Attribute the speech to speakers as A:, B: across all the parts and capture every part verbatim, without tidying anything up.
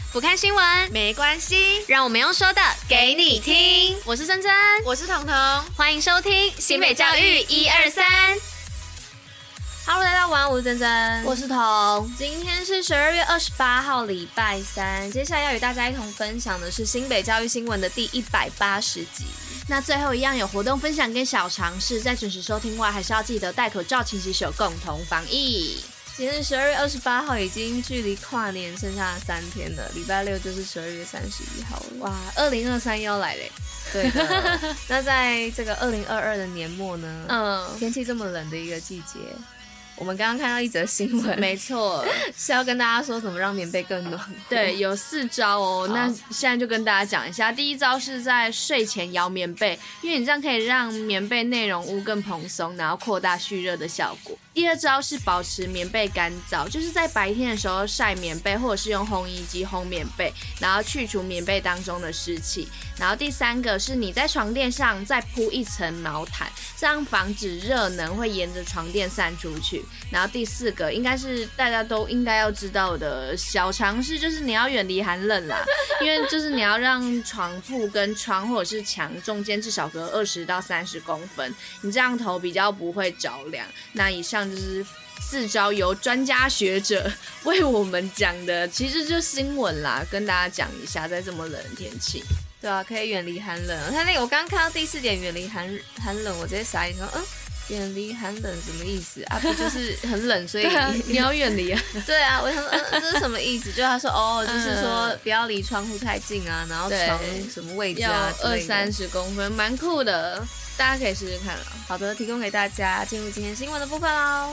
A: 不看新闻
B: 没关系，
A: 让我们用说的给你听。我是珍珍，
B: 我是彤彤，
A: 欢迎收听新北教育一二三。Hello， 大家晚安，我是珍珍，
B: 我是彤。
A: 今天是十二月二十八号，礼拜三。接下来要与大家一同分享的是新北教育新闻的第一百八十集。
B: 那最后一样有活动分享跟小常识，在准时收听外，还是要记得戴口罩、勤洗手，共同防疫。
A: 今天是十二月二十八号，已经距离跨年剩下三天了。礼拜六就是十二月三十一号了。哇，二零二三要来嘞！对的。那在这个二零二二的年末呢，嗯，天气这么冷的一个季节，我们刚刚看到一则新闻，
B: 没错，
A: 是要跟大家说怎么让棉被更暖。
B: 对，有四招哦。那现在就跟大家讲一下，第一招是在睡前摇棉被，因为你这样可以让棉被内容物更蓬松，然后扩大蓄热的效果。第二招是保持棉被干燥，就是在白天的时候晒棉被，或者是用烘衣机烘棉被，然后去除棉被当中的湿气。然后第三个是你在床垫上再铺一层毛毯，这样防止热能会沿着床垫散出去。然后第四个应该是大家都应该要知道的小常识，就是你要远离寒冷啦，因为就是你要让床铺跟窗或者是墙中间至少隔二十到三十公分，你这样头比较不会着凉。那以上就是四招由专家学者为我们讲的，其实就是新闻啦，跟大家讲一下，在这么冷的天气。
A: 对啊，可以远离寒冷。他那个我刚刚看到第四点，远离寒寒冷，我直接傻眼说，嗯，远离寒冷什么意思啊？不就是很冷，所以你要远离啊？对啊，我想说，嗯，这是什么意思？就他说，哦，就是说不要离窗户太近啊，然后床什么位置啊，
B: 要二三十公分，蛮酷的，大家可以试试看啊。
A: 好的，提供给大家，进入今天新闻的部分喽。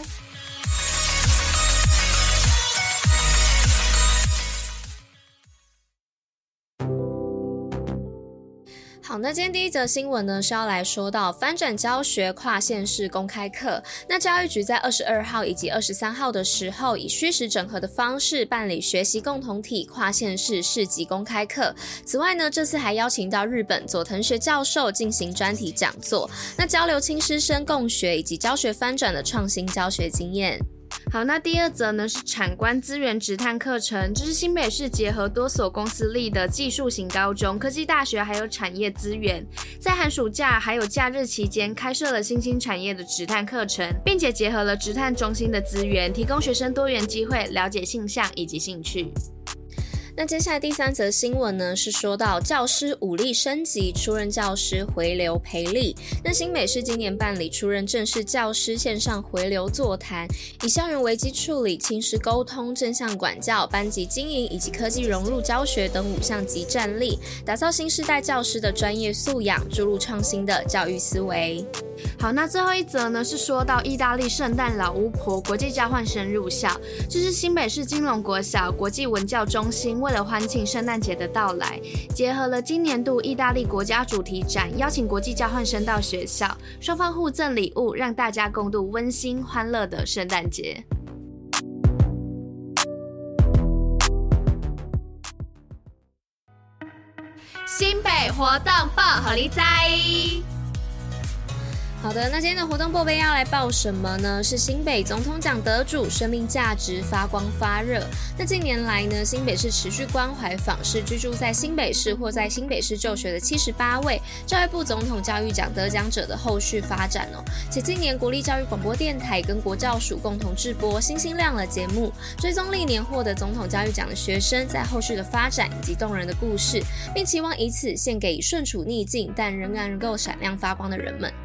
A: 好，那今天第一则新闻呢是要来说到翻转教学跨县市公开课。那教育局在二十二号以及二十三号的时候，以虚实整合的方式办理学习共同体跨县市市级公开课。此外呢，这次还邀请到日本佐藤学教授进行专题讲座，那交流亲师生共学以及教学翻转的创新教学经验。
B: 好，那第二则呢是产官资源职探课程，这是新北市结合多所公司立的技术型高中、科技大学还有产业资源，在寒暑假还有假日期间开设了新兴产业的职探课程，并且结合了职探中心的资源，提供学生多元机会了解性向以及兴趣。
A: 那接下来第三则新闻呢，是说到教师五力升级，出任教师回流培力。那新北市今年办理出任正式教师线上回流座谈，以校园危机处理、亲师沟通、正向管教、班级经营以及科技融入教学等五项级战力，打造新世代教师的专业素养，注入创新的教育思维。
B: 好，那最后一则呢是说到意大利圣诞老巫婆国际交换生入校，这是新北市金龙国小国际文教中心为了欢庆圣诞节的到来，结合了今年度意大利国家主题展，邀请国际交换生到学校，双方互赠礼物，让大家共度温馨欢乐的圣诞节。新北活动报好利在。
A: 好的，那今天的活动报备要来报什么呢？是新北总统奖得主，生命价值发光发热。那近年来呢，新北市持续关怀访视居住在新北市或在新北市就学的七十八位教育部总统教育奖得奖者的后续发展哦。且今年国立教育广播电台跟国教署共同制播星星亮了节目，追踪历年获得总统教育奖的学生在后续的发展以及动人的故事，并期望以此献给顺处逆境但仍然能够闪亮发光的人们。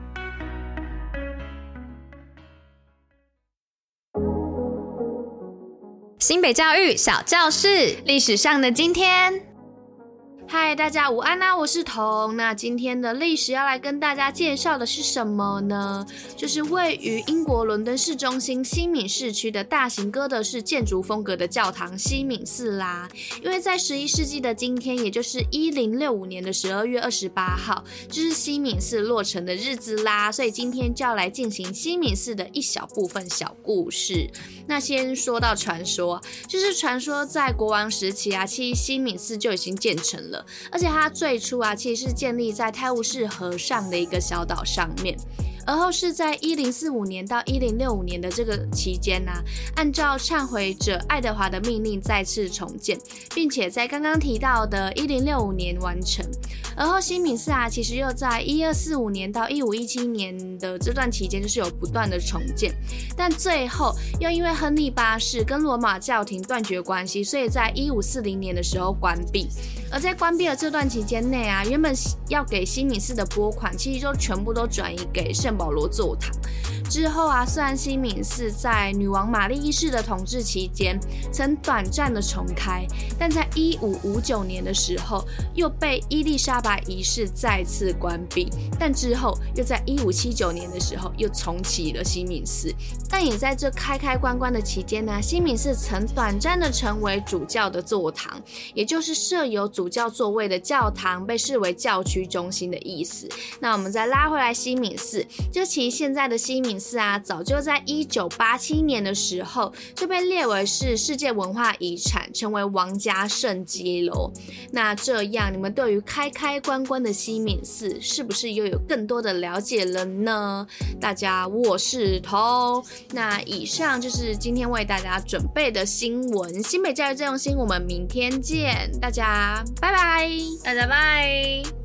A: 新北教育小教室，
B: 历史上的今天。嗨，大家午安啊，我是彤。那今天的历史要来跟大家介绍的是什么呢？就是位于英国伦敦市中心西敏市区的大型哥德式建筑风格的教堂西敏寺啦。因为在十一世纪的今天，也就是一零六五年的十二月二十八号，就是西敏寺落成的日子啦，所以今天就要来进行西敏寺的一小部分小故事。那先说到传说，就是传说在国王时期啊，其实西敏寺就已经建成了。而且它最初啊，其实是建立在泰晤士河上的一个小岛上面。 而后是在一零四五年到一零六五年的这个期间啊，按照忏悔者爱德华的命令再次重建，并且在刚刚提到的一零六五年完成。而后西敏寺啊，其实又在一二四五年到一五一七年的这段期间，就是有不断的重建，但最后又因为亨利八世跟罗马教廷断绝关系，所以在一五四零年的时候关闭。而在关闭的这段期间内啊，原本要给西敏寺的拨款，其实就全部都转移给圣保罗座堂。之后啊，虽然西敏寺在女王玛丽一世的统治期间曾短暂的重开，但在一五五九年的时候又被伊丽莎白一世再次关闭，但之后又在一五七九年的时候又重启了西敏寺。但也在这开开关关的期间呢，西敏寺曾短暂的成为主教的座堂，也就是设有主教座位的教堂，被视为教区中心的意思。那我们再拉回来西敏寺，就其实现在的西敏寺啊，早就在一九八七年的时候就被列为是世界文化遗产，成为王家圣迹喽。那这样你们对于开开关关的西敏寺是不是又有更多的了解了呢？大家我是头。那以上就是今天为大家准备的新闻，新北教育这用心，我们明天见，大家拜拜，
A: 大家拜。